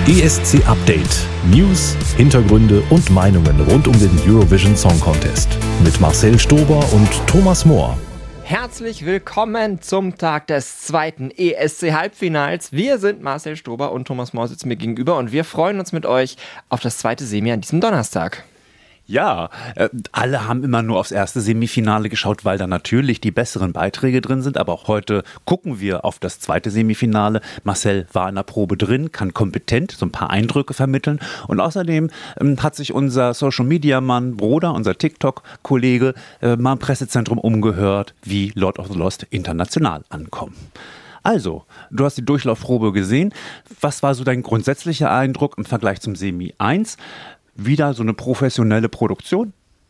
ESC Update. News, Hintergründe und Meinungen rund um den Eurovision Song Contest. Mit Marcel Stober und Thomas Mohr. Herzlich willkommen zum Tag des zweiten ESC-Halbfinals. Wir sind Marcel Stober und Thomas Mohr sitzen mir gegenüber und wir freuen uns mit euch auf das zweite Semi an diesem Donnerstag. Ja, alle haben immer nur aufs erste Semifinale geschaut, weil da natürlich die besseren Beiträge drin sind. Aber auch heute gucken wir auf das zweite Semifinale. Marcel war in der Probe drin, kann kompetent so ein paar Eindrücke vermitteln. Und außerdem hat sich unser Social-Media-Mann, Bruder, unser TikTok-Kollege, mal im Pressezentrum umgehört, wie Lord of the Lost international ankommen. Also, du hast die Durchlaufprobe gesehen. Was war so dein grundsätzlicher Eindruck im Vergleich zum Semi 1? Wieder so eine professionelle Produktion?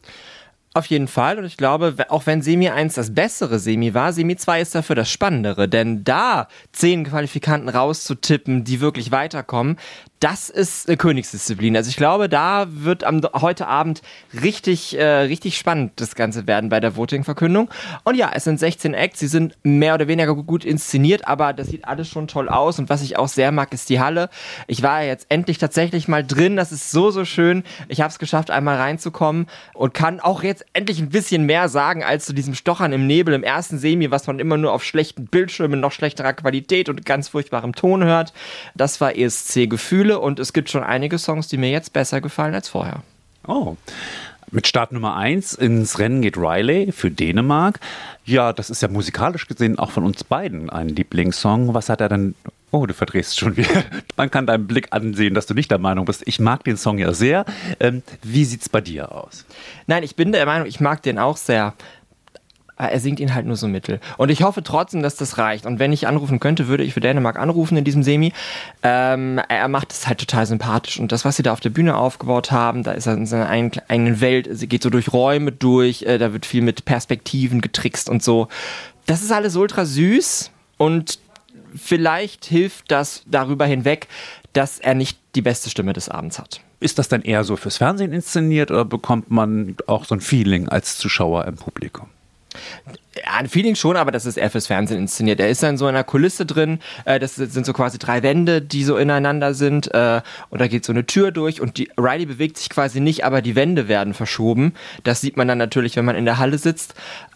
Auf jeden Fall, und ich glaube, auch wenn Semi 1 das bessere Semi war, Semi 2 ist dafür das Spannendere, denn da 10 Qualifikanten rauszutippen, die wirklich weiterkommen, das ist eine Königsdisziplin. Also ich glaube, da wird heute Abend richtig spannend das Ganze werden bei der Voting-Verkündung. Und ja, es sind 16 Acts, sie sind mehr oder weniger gut inszeniert, aber das sieht alles schon toll aus. Und was ich auch sehr mag, ist die Halle. Ich war ja jetzt endlich tatsächlich mal drin, das ist so schön. Ich habe es geschafft, einmal reinzukommen und kann auch jetzt endlich ein bisschen mehr sagen als zu diesem Stochern im Nebel im ersten Semi, was man immer nur auf schlechten Bildschirmen, noch schlechterer Qualität und ganz furchtbarem Ton hört. Das war ESC-Gefühle. Und es gibt schon einige Songs, die mir jetzt besser gefallen als vorher. Oh, mit Start Nummer 1 ins Rennen geht Riley für Dänemark. Ja, das ist ja musikalisch gesehen auch von uns beiden ein Lieblingssong. Was hat er denn... Oh, du verdrehst schon wieder. Man kann deinem Blick ansehen, dass du nicht der Meinung bist. Ich mag den Song ja sehr. Wie sieht's bei dir aus? Nein, ich bin der Meinung, ich mag den auch sehr. Er singt ihn halt nur so mittel. Und ich hoffe trotzdem, dass das reicht. Und wenn ich anrufen könnte, würde ich für Dänemark anrufen in diesem Semi. Er macht es halt total sympathisch. Und das, was sie da auf der Bühne aufgebaut haben, da ist er in seiner eigenen Welt. Sie geht so durch Räume durch. Da wird viel mit Perspektiven getrickst und so. Das ist alles ultra süß. Und vielleicht hilft das darüber hinweg, dass er nicht die beste Stimme des Abends hat. Ist das dann eher so fürs Fernsehen inszeniert oder bekommt man auch so ein Feeling als Zuschauer im Publikum? Ja, ein Feeling schon, aber das ist eher fürs Fernsehen inszeniert. Er ist dann so in einer Kulisse drin, das sind so quasi 3 Wände, die so ineinander sind und da geht so eine Tür durch und die Riley bewegt sich quasi nicht, aber die Wände werden verschoben. Das sieht man dann natürlich, wenn man in der Halle sitzt.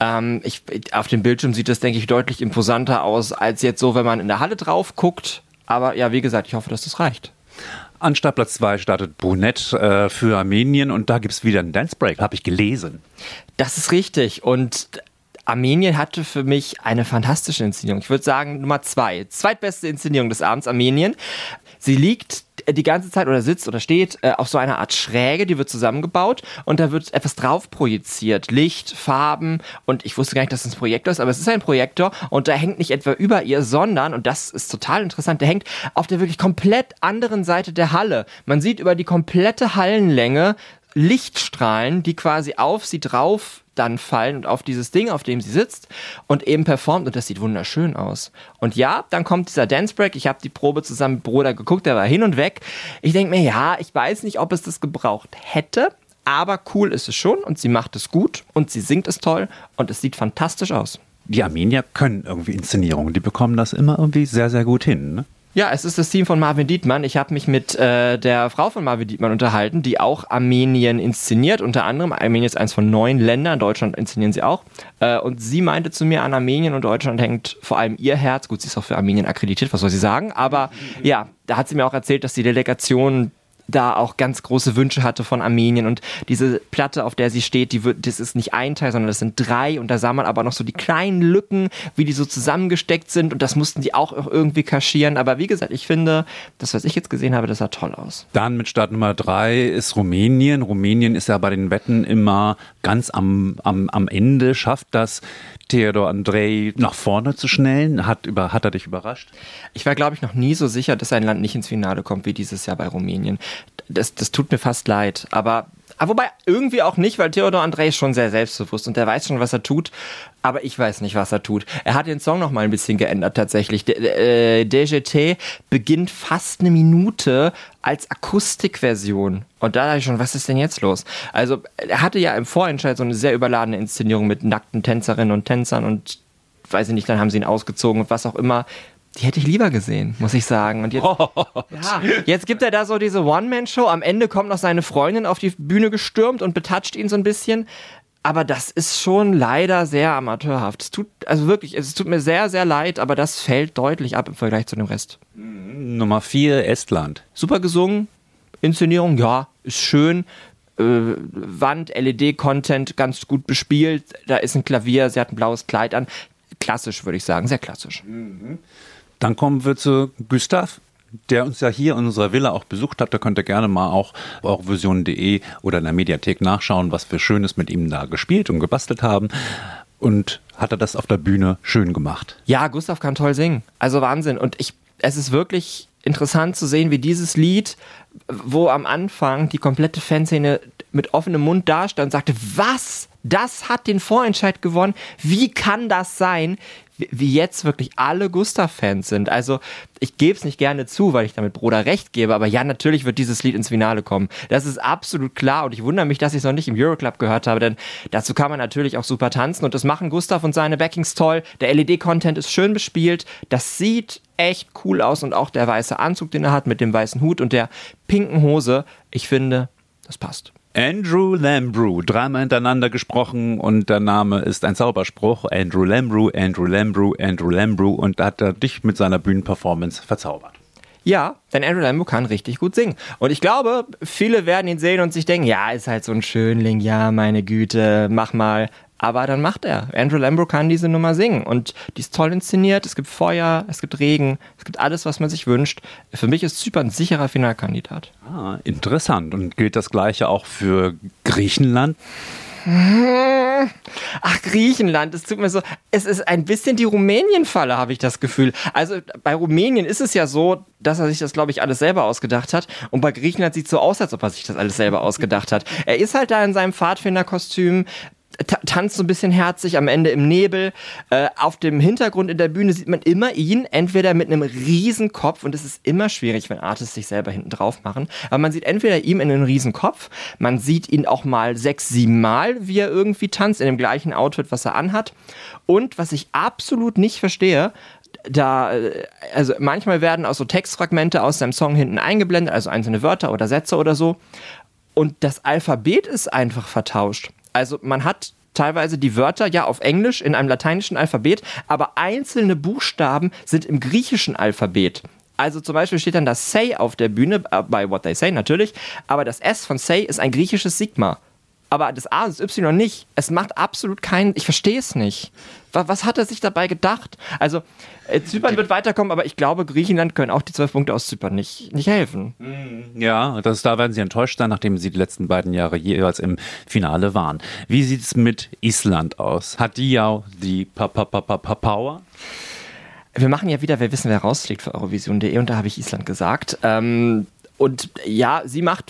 Auf dem Bildschirm sieht das, denke ich, deutlich imposanter aus, als jetzt so, wenn man in der Halle drauf guckt. Aber ja, wie gesagt, ich hoffe, dass das reicht. An Startplatz 2 startet Brunette für Armenien und da gibt es wieder einen Dance Break, habe ich gelesen. Das ist richtig und Armenien hatte für mich eine fantastische Inszenierung. Ich würde sagen Nummer 2. Zweitbeste Inszenierung des Abends, Armenien. Sie liegt die ganze Zeit oder sitzt oder steht auf so einer Art Schräge, die wird zusammengebaut und da wird etwas drauf projiziert. Licht, Farben und ich wusste gar nicht, dass das ein Projektor ist, aber es ist ein Projektor und der hängt nicht etwa über ihr, sondern, und das ist total interessant, der hängt auf der wirklich komplett anderen Seite der Halle. Man sieht über die komplette Hallenlänge Lichtstrahlen, die quasi auf sie drauf dann fallen und auf dieses Ding, auf dem sie sitzt und eben performt und das sieht wunderschön aus. Und ja, dann kommt dieser Dance Break. Ich habe die Probe zusammen mit Bruder geguckt, der war hin und weg. Ich denke mir, ja, ich weiß nicht, ob es das gebraucht hätte, aber cool ist es schon und sie macht es gut und sie singt es toll und es sieht fantastisch aus. Die Armenier können irgendwie Inszenierungen, die bekommen das immer irgendwie sehr, sehr gut hin, ne? Ja, es ist das Team von Marvin Dietmann. Ich habe mich mit der Frau von Marvin Dietmann unterhalten, die auch Armenien inszeniert. Unter anderem, Armenien ist eins von 9 Ländern, Deutschland inszenieren sie auch. Und sie meinte zu mir, an Armenien und Deutschland hängt vor allem ihr Herz. Gut, sie ist auch für Armenien akkreditiert, was soll sie sagen? Aber ja, da hat sie mir auch erzählt, dass die Delegation da auch ganz große Wünsche hatte von Armenien und diese Platte, auf der sie steht, das ist nicht ein Teil, sondern das sind 3 und da sah man aber noch so die kleinen Lücken, wie die so zusammengesteckt sind und das mussten die auch irgendwie kaschieren, aber wie gesagt, ich finde, das, was ich jetzt gesehen habe, das sah toll aus. Dann mit Start Nummer 3 ist Rumänien. Rumänien ist ja bei den Wetten immer ganz am Ende, schafft das Theodor Andrei nach vorne zu schnellen? Hat er dich überrascht? Ich war, glaube ich, noch nie so sicher, dass ein Land nicht ins Finale kommt wie dieses Jahr bei Rumänien. Das tut mir fast leid, aber wobei irgendwie auch nicht, weil Theodor Andrei ist schon sehr selbstbewusst und der weiß schon, was er tut, aber ich weiß nicht, was er tut. Er hat den Song noch mal ein bisschen geändert tatsächlich. DGT beginnt fast eine Minute als Akustikversion und da dachte ich schon, was ist denn jetzt los? Also er hatte ja im Vorentscheid so eine sehr überladene Inszenierung mit nackten Tänzerinnen und Tänzern und weiß ich nicht, dann haben sie ihn ausgezogen und was auch immer. die hätte ich lieber gesehen, muss ich sagen. Und jetzt gibt er da so diese One-Man-Show. Am Ende kommt noch seine Freundin auf die Bühne gestürmt und betatscht ihn so ein bisschen. Aber das ist schon leider sehr amateurhaft. Es tut mir sehr, sehr leid, aber das fällt deutlich ab im Vergleich zu dem Rest. Nummer 4, Estland. Super gesungen, Inszenierung, ja, ist schön. Wand, LED-Content, ganz gut bespielt. Da ist ein Klavier, sie hat ein blaues Kleid an. Klassisch, würde ich sagen, sehr klassisch. Dann kommen wir zu Gustav, der uns ja hier in unserer Villa auch besucht hat. Da könnt ihr gerne mal auch auf eurovision.de oder in der Mediathek nachschauen, was wir Schönes mit ihm da gespielt und gebastelt haben. Und hat er das auf der Bühne schön gemacht. Ja, Gustav kann toll singen. Also Wahnsinn. Und es ist wirklich interessant zu sehen, wie dieses Lied, wo am Anfang die komplette Fanszene mit offenem Mund dastand und sagte, was? Das hat den Vorentscheid gewonnen? Wie kann das sein? Wie jetzt wirklich alle Gustav-Fans sind. Also ich gebe es nicht gerne zu, weil ich damit Broder recht gebe, aber ja, natürlich wird dieses Lied ins Finale kommen. Das ist absolut klar und ich wundere mich, dass ich es noch nicht im Euroclub gehört habe, denn dazu kann man natürlich auch super tanzen und das machen Gustav und seine Backings toll. Der LED-Content ist schön bespielt, das sieht echt cool aus und auch der weiße Anzug, den er hat mit dem weißen Hut und der pinken Hose, ich finde, das passt. Andrew Lambrew, dreimal hintereinander gesprochen und der Name ist ein Zauberspruch. Andrew Lambrew, Andrew Lambrew, Andrew Lambrew und da hat er dich mit seiner Bühnenperformance verzaubert. Ja, denn Andrew Lambrew kann richtig gut singen. Und ich glaube, viele werden ihn sehen und sich denken, ja, ist halt so ein Schönling, ja, meine Güte, mach mal. Aber dann macht er. Andrew Lambrew kann diese Nummer singen und die ist toll inszeniert. Es gibt Feuer, es gibt Regen, es gibt alles, was man sich wünscht. Für mich ist Zypern ein sicherer Finalkandidat. Ah, interessant. Und gilt das Gleiche auch für Griechenland? Ach, Griechenland, es tut mir so, es ist ein bisschen die Rumänien-Falle, habe ich das Gefühl. Also bei Rumänien ist es ja so, dass er sich das, glaube ich, alles selber ausgedacht hat. Und bei Griechenland sieht es so aus, als ob er sich das alles selber ausgedacht hat. Er ist halt da in seinem Pfadfinderkostüm, tanzt so ein bisschen herzig am Ende im Nebel. Auf dem Hintergrund in der Bühne sieht man immer ihn, entweder mit einem riesen Kopf, und es ist immer schwierig, wenn Artists sich selber hinten drauf machen, aber man sieht entweder ihm in einem riesen Kopf, man sieht ihn auch mal 6, 7 Mal, wie er irgendwie tanzt, in dem gleichen Outfit, was er anhat. Und was ich absolut nicht verstehe, also manchmal werden auch so Textfragmente aus seinem Song hinten eingeblendet, also einzelne Wörter oder Sätze oder so, und das Alphabet ist einfach vertauscht. Also man hat teilweise die Wörter ja auf Englisch in einem lateinischen Alphabet, aber einzelne Buchstaben sind im griechischen Alphabet. Also zum Beispiel steht dann das Say auf der Bühne, bei What They Say natürlich, aber das S von Say ist ein griechisches Sigma. Aber das A und das Y nicht. Es macht absolut keinen, ich verstehe es nicht. Was hat er sich dabei gedacht? Also Zypern wird weiterkommen, aber ich glaube, Griechenland können auch die 12 Punkte aus Zypern nicht helfen. Ja, da werden sie enttäuscht sein, nachdem sie die letzten beiden Jahre jeweils im Finale waren. Wie sieht es mit Island aus? Hat die ja die Power? Wir machen ja wieder, wer wissen, wer rausfliegt für Eurovision.de und da habe ich Island gesagt. Und ja,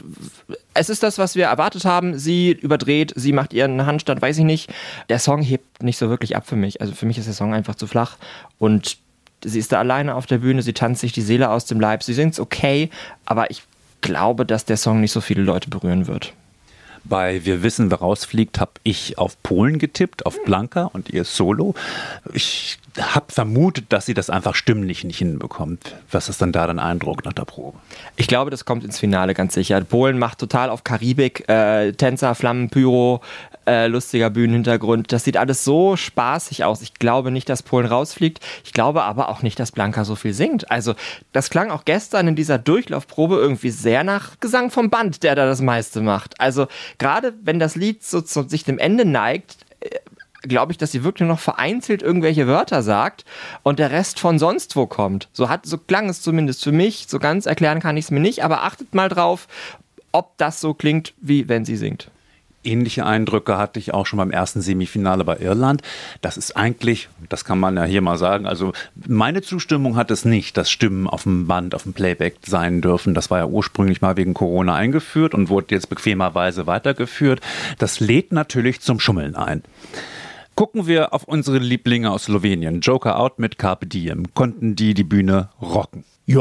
es ist das, was wir erwartet haben. Sie überdreht, sie macht ihren Handstand, weiß ich nicht. Der Song hebt nicht so wirklich ab für mich. Also für mich ist der Song einfach zu flach. Und sie ist da alleine auf der Bühne, sie tanzt sich die Seele aus dem Leib. Sie singt's okay, aber ich glaube, dass der Song nicht so viele Leute berühren wird. Bei Wir wissen, wer rausfliegt, habe ich auf Polen getippt, auf Blanka und ihr Solo. Ich habe vermutet, dass sie das einfach stimmlich nicht hinbekommt. Was ist dann da dein Eindruck nach der Probe? Ich glaube, das kommt ins Finale ganz sicher. Polen macht total auf Karibik, Tänzer, Flammen, Pyro, lustiger Bühnenhintergrund. Das sieht alles so spaßig aus. Ich glaube nicht, dass Polen rausfliegt. Ich glaube aber auch nicht, dass Blanka so viel singt. Also das klang auch gestern in dieser Durchlaufprobe irgendwie sehr nach Gesang vom Band, der da das meiste macht. Also gerade wenn das Lied so sich dem Ende neigt, glaube ich, dass sie wirklich noch vereinzelt irgendwelche Wörter sagt und der Rest von sonst wo kommt. So klang es zumindest für mich. So ganz erklären kann ich es mir nicht, aber achtet mal drauf, ob das so klingt, wie wenn sie singt. Ähnliche Eindrücke hatte ich auch schon beim ersten Semifinale bei Irland. Das ist eigentlich, das kann man ja hier mal sagen, also meine Zustimmung hat es nicht, dass Stimmen auf dem Band, auf dem Playback sein dürfen. Das war ja ursprünglich mal wegen Corona eingeführt und wurde jetzt bequemerweise weitergeführt. Das lädt natürlich zum Schummeln ein. Gucken wir auf unsere Lieblinge aus Slowenien. Joker Out mit Carpe Diem. Konnten die Bühne rocken? Ja,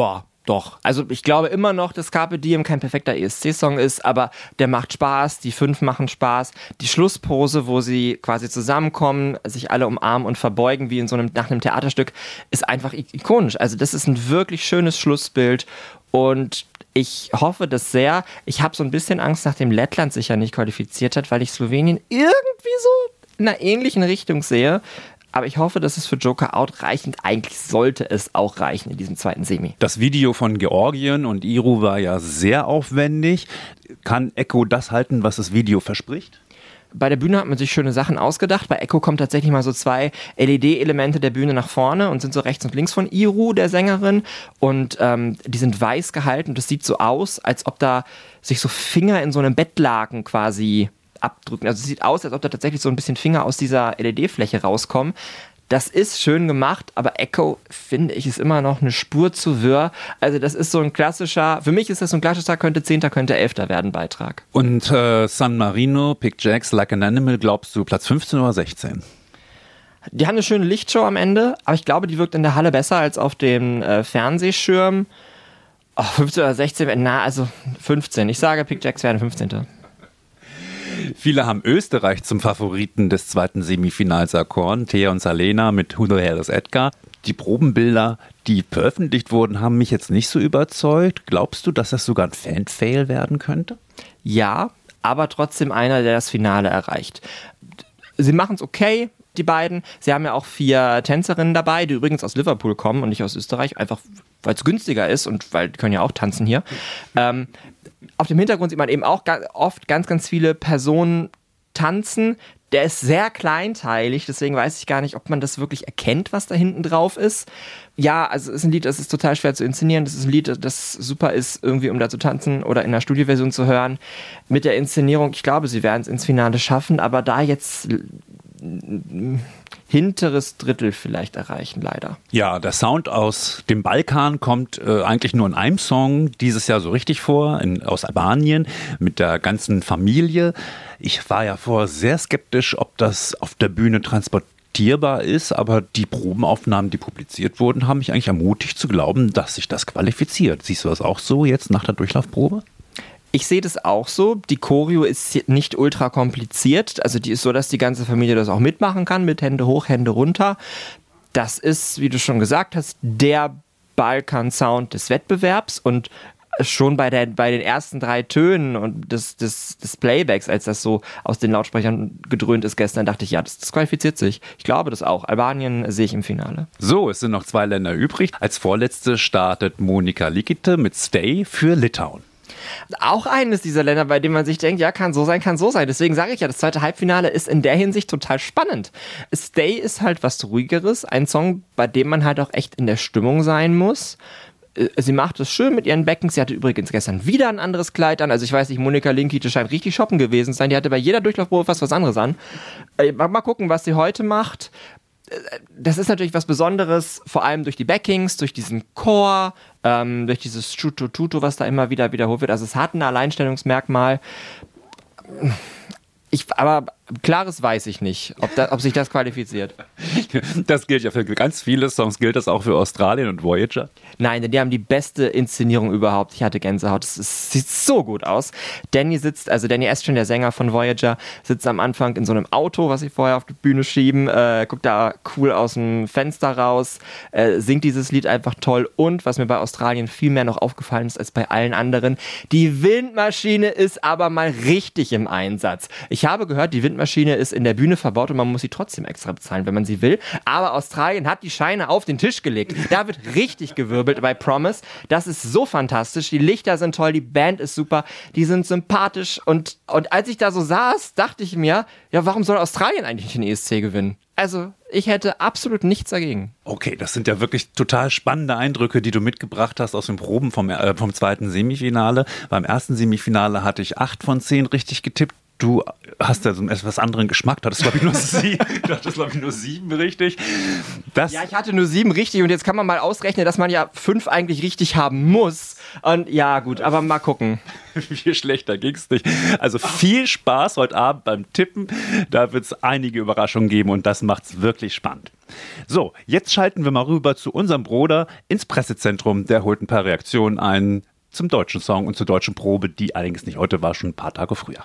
Doch. Also ich glaube immer noch, dass Carpe Diem kein perfekter ESC-Song ist, aber der macht Spaß, die 5 machen Spaß. Die Schlusspose, wo sie quasi zusammenkommen, sich alle umarmen und verbeugen, wie nach einem Theaterstück, ist einfach ikonisch. Also das ist ein wirklich schönes Schlussbild und ich hoffe das sehr. Ich habe so ein bisschen Angst, nachdem Lettland sich ja nicht qualifiziert hat, weil ich Slowenien irgendwie so in einer ähnlichen Richtung sehe. Aber ich hoffe, dass es für Joker Out reichend. Eigentlich sollte es auch reichen in diesem zweiten Semi. Das Video von Georgien und Iru war ja sehr aufwendig. Kann Echo das halten, was das Video verspricht? Bei der Bühne hat man sich schöne Sachen ausgedacht. Bei Echo kommen tatsächlich mal so 2 LED-Elemente der Bühne nach vorne und sind so rechts und links von Iru, der Sängerin. Und die sind weiß gehalten. Das sieht so aus, als ob da sich so Finger in so einem Bettlaken quasi abdrücken. Also es sieht aus, als ob da tatsächlich so ein bisschen Finger aus dieser LED-Fläche rauskommen. Das ist schön gemacht, aber Echo, finde ich, ist immer noch eine Spur zu wirr. Also das ist so ein klassischer, für mich ist das so ein klassischer, könnte 10., könnte 11. werden Beitrag. Und San Marino, Pick Jacks, Like an Animal, glaubst du Platz 15 oder 16? Die haben eine schöne Lichtshow am Ende, aber ich glaube, die wirkt in der Halle besser als auf dem Fernsehschirm. 15 oder 16, also 15. Ich sage, Pick Jacks werden 15. Viele haben Österreich zum Favoriten des zweiten Semifinals erkoren. Thea und Salena mit Who the Hell is Edgar. Die Probenbilder, die veröffentlicht wurden, haben mich jetzt nicht so überzeugt. Glaubst du, dass das sogar ein Fan-Fail werden könnte? Ja, aber trotzdem einer, der das Finale erreicht. Sie machen es okay, die beiden. Sie haben ja auch 4 Tänzerinnen dabei, die übrigens aus Liverpool kommen und nicht aus Österreich, einfach weil es günstiger ist und weil die können ja auch tanzen hier. Auf dem Hintergrund sieht man eben auch oft ganz, ganz viele Personen tanzen. Der ist sehr kleinteilig, deswegen weiß ich gar nicht, ob man das wirklich erkennt, was da hinten drauf ist. Ja, also es ist ein Lied, das ist total schwer zu inszenieren. Das ist ein Lied, das super ist, irgendwie um da zu tanzen oder in der Studioversion zu hören. Mit der Inszenierung, ich glaube, sie werden es ins Finale schaffen, aber da jetzt hinteres Drittel vielleicht erreichen, leider. Ja, der Sound aus dem Balkan kommt eigentlich nur in einem Song dieses Jahr so richtig vor, aus Albanien mit der ganzen Familie. Ich war ja vorher sehr skeptisch, ob das auf der Bühne transportierbar ist, aber die Probenaufnahmen, die publiziert wurden, haben mich eigentlich ermutigt zu glauben, dass sich das qualifiziert. Siehst du das auch so jetzt nach der Durchlaufprobe? Ich sehe das auch so. Die Choreo ist nicht ultra kompliziert. Also die ist so, dass die ganze Familie das auch mitmachen kann, mit Hände hoch, Hände runter. Das ist, wie du schon gesagt hast, der Balkan-Sound des Wettbewerbs und schon bei den ersten 3 Tönen und des Playbacks, als das so aus den Lautsprechern gedröhnt ist gestern, dachte ich, ja, das qualifiziert sich. Ich glaube das auch. Albanien sehe ich im Finale. So, es sind noch 2 Länder übrig. Als vorletzte startet Monika Likite mit Stay für Litauen. Auch eines dieser Länder, bei dem man sich denkt, ja, kann so sein, kann so sein. Deswegen sage ich ja, das zweite Halbfinale ist in der Hinsicht total spannend. Stay ist halt was Ruhigeres, ein Song, bei dem man halt auch echt in der Stimmung sein muss. Sie macht es schön mit ihren Beckens. Sie hatte übrigens gestern wieder ein anderes Kleid an. Also ich weiß nicht, Monika Likite scheint richtig shoppen gewesen zu sein. Die hatte bei jeder Durchlaufprobe fast was anderes an. Mal gucken, was sie heute macht. Das ist natürlich was Besonderes, vor allem durch die Backings, durch diesen Chor, durch dieses Chuto-Tuto, was da immer wieder wiederholt wird. Also es hat ein Alleinstellungsmerkmal. Aber Klares weiß ich nicht, ob sich das qualifiziert. Das gilt ja für ganz viele Songs. Gilt das auch für Australien und Voyager? Nein, denn die haben die beste Inszenierung überhaupt. Ich hatte Gänsehaut. Es sieht so gut aus. Danny Ashton, der Sänger von Voyager, sitzt am Anfang in so einem Auto, was sie vorher auf die Bühne schieben, guckt da cool aus dem Fenster raus, singt dieses Lied einfach toll. Und was mir bei Australien viel mehr noch aufgefallen ist als bei allen anderen, die Windmaschine ist aber mal richtig im Einsatz. Ich habe gehört, die Windmaschine ist in der Bühne verbaut und man muss sie trotzdem extra bezahlen, wenn man sie will. Aber Australien hat die Scheine auf den Tisch gelegt. Da wird richtig gewirbelt bei Promise. Das ist so fantastisch. Die Lichter sind toll, die Band ist super, die sind sympathisch. Und als ich da so saß, dachte ich mir, ja, warum soll Australien eigentlich den ESC gewinnen? Also, ich hätte absolut nichts dagegen. Okay, das sind ja wirklich total spannende Eindrücke, die du mitgebracht hast aus den Proben vom zweiten Semifinale. Beim ersten Semifinale hatte ich 8 von 10 richtig getippt. Du hast ja so einen etwas anderen Geschmack. Du hattest, glaube ich, nur 7 richtig. Ja, ich hatte nur 7 richtig und jetzt kann man mal ausrechnen, dass man ja 5 eigentlich richtig haben muss. Und ja, gut, aber mal gucken. Viel schlechter ging's nicht. Also viel Spaß heute Abend beim Tippen. Da wird es einige Überraschungen geben und das macht's wirklich spannend. So, jetzt schalten wir mal rüber zu unserem Bruder ins Pressezentrum. Der holt ein paar Reaktionen ein zum deutschen Song und zur deutschen Probe, die allerdings nicht heute war, schon ein paar Tage früher.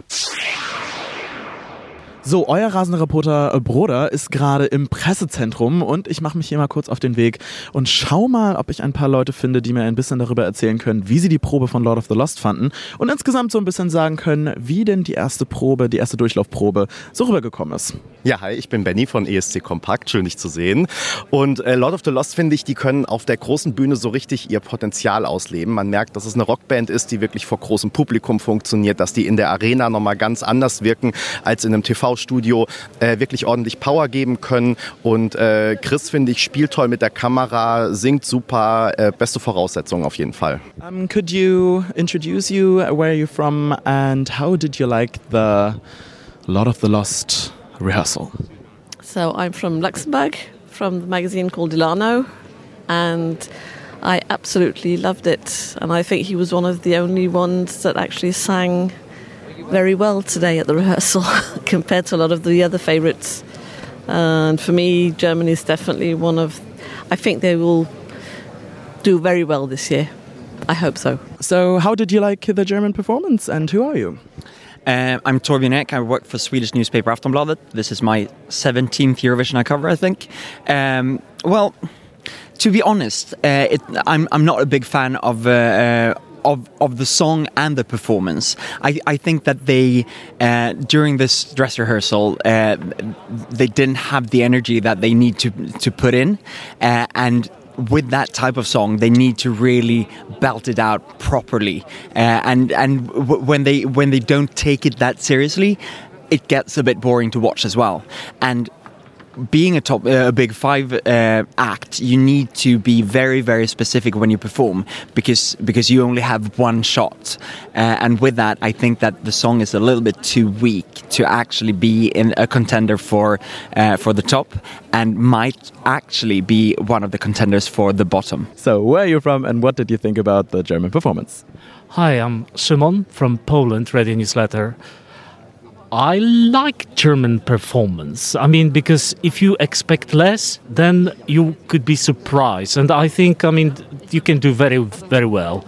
So, euer Rasenreporter Broder ist gerade im Pressezentrum und ich mache mich hier mal kurz auf den Weg und schau mal, ob ich ein paar Leute finde, die mir ein bisschen darüber erzählen können, wie sie die Probe von Lord of the Lost fanden und insgesamt so ein bisschen sagen können, wie denn die erste Durchlaufprobe so rübergekommen ist. Ja, hi, ich bin Benny von ESC Kompakt, schön dich zu sehen. Und Lord of the Lost, finde ich, die können auf der großen Bühne so richtig ihr Potenzial ausleben. Man merkt, dass es eine Rockband ist, die wirklich vor großem Publikum funktioniert, dass die in der Arena nochmal ganz anders wirken als in einem TV-Studio, wirklich ordentlich Power geben können. Und Chris, finde ich, spielt toll mit der Kamera, singt super, beste Voraussetzungen auf jeden Fall. Could you introduce you, where are you from and how did you like the Lord of the Lost rehearsal? So I'm from Luxembourg, from the magazine called Delano, and I absolutely loved it. And I think he was one of the only ones that actually sang very well today at the rehearsal compared to a lot of the other favourites. And for me, Germany is definitely one of... I think they will do very well this year. I hope so. So how did you like the German performance and who are you? I'm Torbjörn Ek. I work for Swedish newspaper Aftonbladet. This is my 17th Eurovision I cover, I think. Well, to be honest, I'm not a big fan of the song and the performance. I think that they, during this dress rehearsal, they didn't have the energy that they need to put in, and with that type of song, they need to really belt it out properly. And when they don't take it that seriously, it gets a bit boring to watch as well. And being a big 5 act, you need to be very, very specific when you perform because you only have one shot. And with that, I think that the song is a little bit too weak to actually be in a contender for the top, and might actually be one of the contenders for the bottom. So where are you from and what did you think about the German performance? Hi, I'm Szymon from Poland, Radio Newsletter. I like German performance. I mean, because if you expect less, then you could be surprised. And I think, you can do very, very well.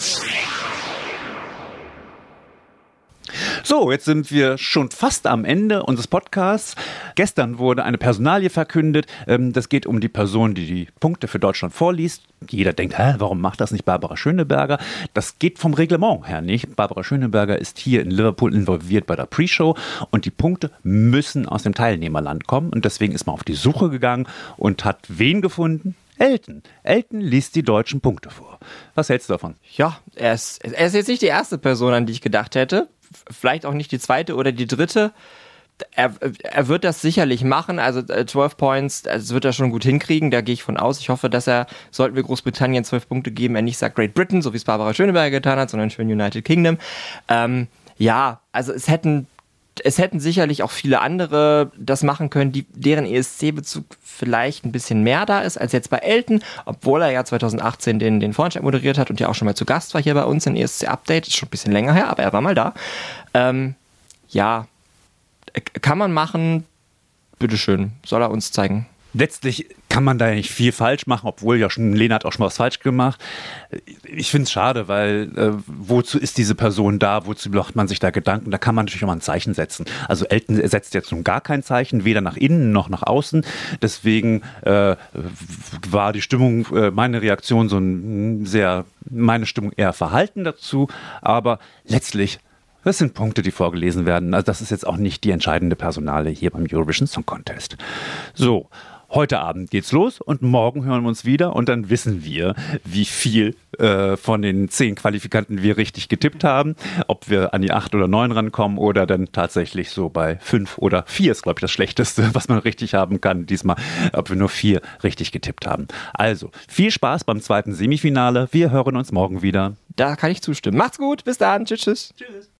So, jetzt sind wir schon fast am Ende unseres Podcasts. Gestern wurde eine Personalie verkündet. Das geht um die Person, die die Punkte für Deutschland vorliest. Jeder denkt, warum macht das nicht Barbara Schöneberger? Das geht vom Reglement her nicht. Barbara Schöneberger ist hier in Liverpool involviert bei der Pre-Show und die Punkte müssen aus dem Teilnehmerland kommen. Und deswegen ist man auf die Suche gegangen und hat wen gefunden? Elton. Elton liest die deutschen Punkte vor. Was hältst du davon? Ja, er ist jetzt nicht die erste Person, an die ich gedacht hätte. Vielleicht auch nicht die zweite oder die dritte. Er wird das sicherlich machen, also 12 Points, das wird er schon gut hinkriegen, da gehe ich von aus. Ich hoffe, dass sollten wir Großbritannien 12 Punkte geben, er nicht sagt Great Britain, so wie es Barbara Schöneberger getan hat, sondern schön United Kingdom. Ja, also es hätten sicherlich auch viele andere das machen können, deren ESC-Bezug vielleicht ein bisschen mehr da ist als jetzt bei Elton, obwohl er ja 2018 den Vorentscheid moderiert hat und ja auch schon mal zu Gast war hier bei uns in ESC Update. Ist schon ein bisschen länger her, aber er war mal da. Ja, kann man machen. Bitteschön, soll er uns zeigen. Letztlich kann man da ja nicht viel falsch machen, obwohl ja schon Lena hat auch schon was falsch gemacht. Ich finde es schade, weil wozu ist diese Person da? Wozu macht man sich da Gedanken? Da kann man natürlich auch mal ein Zeichen setzen. Also Elton setzt jetzt nun gar kein Zeichen, weder nach innen noch nach außen. Deswegen war die Stimmung, meine Reaktion meine Stimmung eher verhalten dazu. Aber letztlich, das sind Punkte, die vorgelesen werden. Also das ist jetzt auch nicht die entscheidende Personale hier beim Eurovision Song Contest. So. Heute Abend geht's los und morgen hören wir uns wieder und dann wissen wir, wie viel von den 10 Qualifikanten wir richtig getippt haben. Ob wir an die 8 oder 9 rankommen oder dann tatsächlich so bei 5 oder 4 ist, glaube ich, das Schlechteste, was man richtig haben kann. Diesmal, ob wir nur 4 richtig getippt haben. Also, viel Spaß beim zweiten Semifinale. Wir hören uns morgen wieder. Da kann ich zustimmen. Macht's gut, bis dann. Tschüss. Tschüss.